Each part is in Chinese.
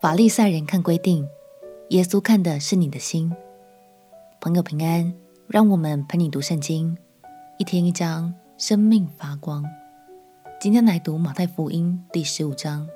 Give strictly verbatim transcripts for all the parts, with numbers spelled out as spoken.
法利赛人看规定，耶稣看的是你的心。朋友平安，让我们陪你读圣经，一天一章，生命发光。今天来读马太福音第十五章。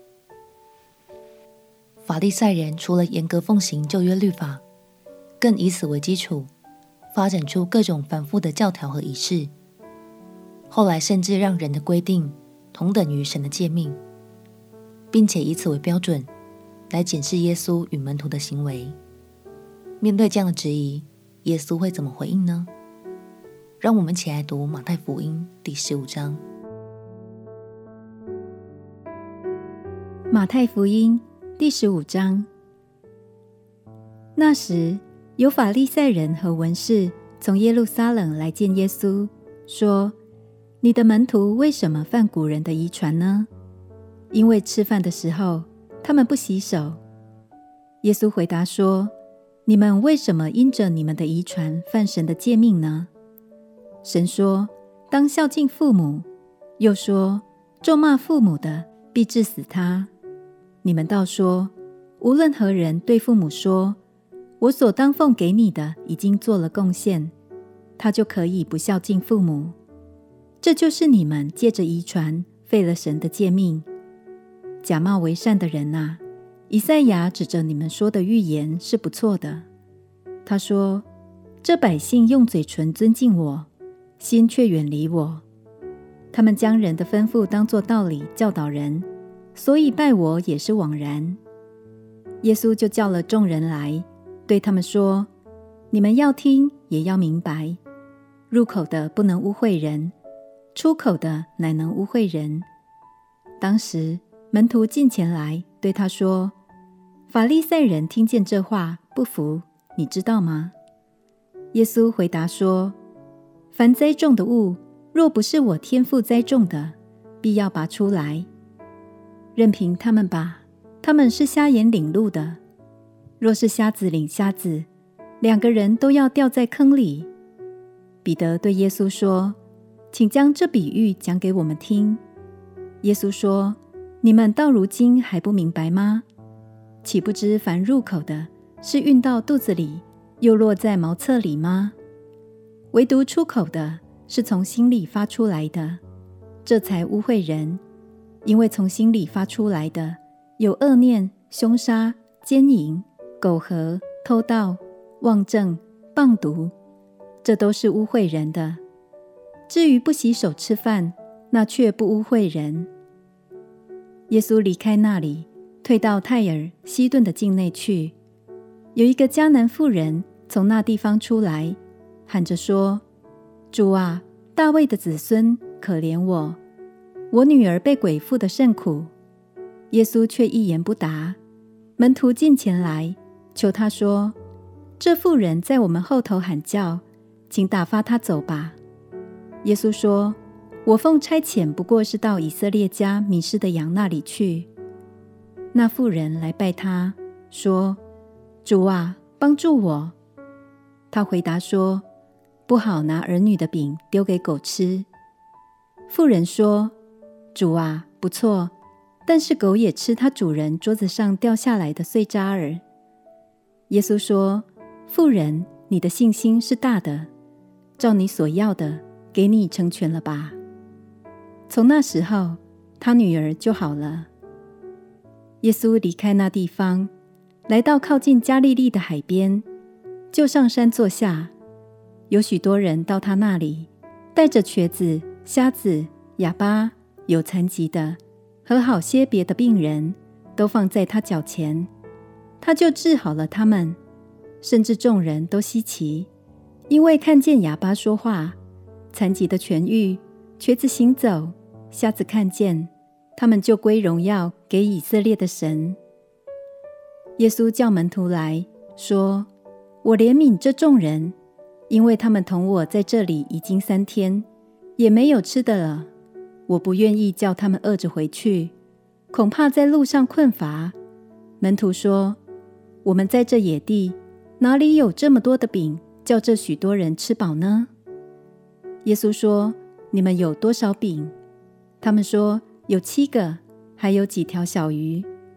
法利赛人除了严格奉行旧约律法，更以此为基础，发展出各种繁复的教条和仪式。后来甚至让人的规定同等于神的诫命，并且以此为标准来检视耶稣与门徒的行为。面对这样的质疑，耶稣会怎么回应呢？让我们一起来读马太福音第十五章。 马太福音第十五章。那时，有法利赛人和文士从耶路撒冷来见耶稣，说：你的门徒为什么犯古人的遗传呢？因为吃饭的时候，他们不洗手。耶稣回答说：你们为什么因着你们的遗传犯神的诫命呢？神说：当孝敬父母，又说：咒骂父母的，必治死他。你们倒说，无论何人对父母说：我所当奉给你的已经做了贡献，他就可以不孝敬父母。这就是你们借着遗传废了神的诫命。假冒为善的人啊，以赛亚指着你们说的预言是不错的。他说：这百姓用嘴唇尊敬我，心却远离我。他们将人的吩咐当作道理教导人，所以拜我也是枉然。耶稣就叫了众人来，对他们说：你们要听，也要明白，入口的不能污秽人，出口的乃能污秽人。当时门徒近前来对他说：法利赛人听见这话不服，你知道吗？耶稣回答说：凡栽种的物，若不是我天父栽种的，必要拔出来。任凭他们吧，他们是瞎眼领路的。若是瞎子领瞎子，两个人都要掉在坑里。彼得对耶稣说：请将这比喻讲给我们听。耶稣说：你们到如今还不明白吗？岂不知凡入口的，是运到肚子里，又落在茅厕里吗？唯独出口的，是从心里发出来的，这才污秽人。因为从心里发出来的，有恶念、凶杀、奸淫、苟合、偷盗、妄证、谤毒，这都是污秽人的。至于不洗手吃饭，那却不污秽人。耶稣离开那里，退到泰尔、西顿的境内去。有一个迦南妇人从那地方出来，喊着说：主啊，大卫的子孙，可怜我，我女儿被鬼附得甚苦。耶稣却一言不答。门徒近前来，求他说：这妇人在我们后头喊叫，请打发她走吧。耶稣说：我奉差遣不过是到以色列家迷失的羊那里去。那妇人来拜他，说：主啊，帮助我。他回答说：不好拿儿女的饼丢给狗吃。妇人说：主啊，不错，但是狗也吃它主人桌子上掉下来的碎渣儿。耶稣说：妇人，你的信心是大的，照你所要的，给你成全了吧。从那时候，他女儿就好了。耶稣离开那地方，来到靠近加利利的海边，就上山坐下。有许多人到他那里，带着瘸子、瞎子、哑巴、有残疾的和好些别的病人，都放在他脚前，他就治好了他们。甚至众人都稀奇，因为看见哑巴说话，残疾的痊愈，瘸子行走，瞎子看见，他们就归荣耀给以色列的神。耶稣叫门徒来说：我怜悯这众人，因为他们同我在这里已经三天，也没有吃的了。我不愿意叫他们饿着回去，恐怕在路上困乏。门徒说：我们在这野地，哪里有这么多的饼，叫这许多人吃饱呢？耶稣说：你们有多少饼？他们说：有七个，还有几条小鱼。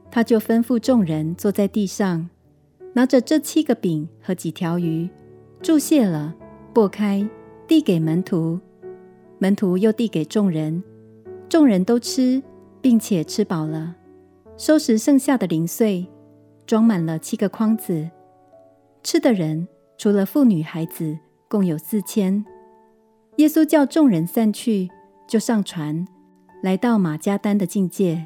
他就吩咐众人坐在地上，拿着这七个饼和几条鱼，祝谢了，擘开，递给门徒，门徒又递给众人，众人都吃，并且吃饱了，收拾剩下的零碎，装满了七个筐子。吃的人除了妇女孩子，共有四千。耶稣叫众人散去，就上船，来到马加丹的境界。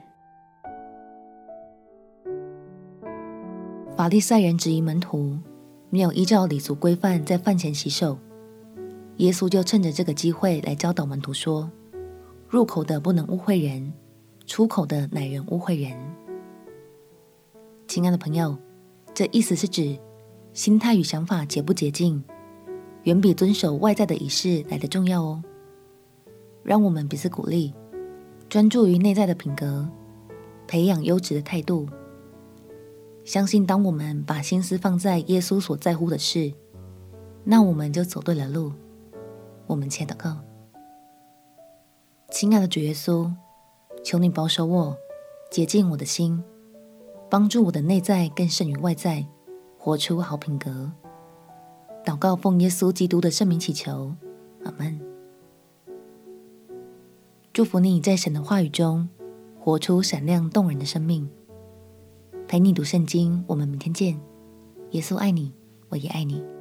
法利赛人质疑门徒没有依照礼俗规范在饭前洗手，耶稣就趁着这个机会来教导门徒说，入口的不能污秽人，出口的乃人污秽人。亲爱的朋友，这意思是指心态与想法洁不洁净，远比遵守外在的仪式来得重要哦。让我们彼此鼓励，专注于内在的品格，培养优质的态度。相信当我们把心思放在耶稣所在乎的事，那我们就走对了路。我们且祷告。亲爱的主耶稣，求你保守我，洁净我的心，帮助我的内在更胜于外在，活出好品格。祷告奉耶稣基督的圣名祈求，阿们。祝福你在神的话语中活出闪亮动人的生命。陪你读圣经，我们明天见。耶稣爱你，我也爱你。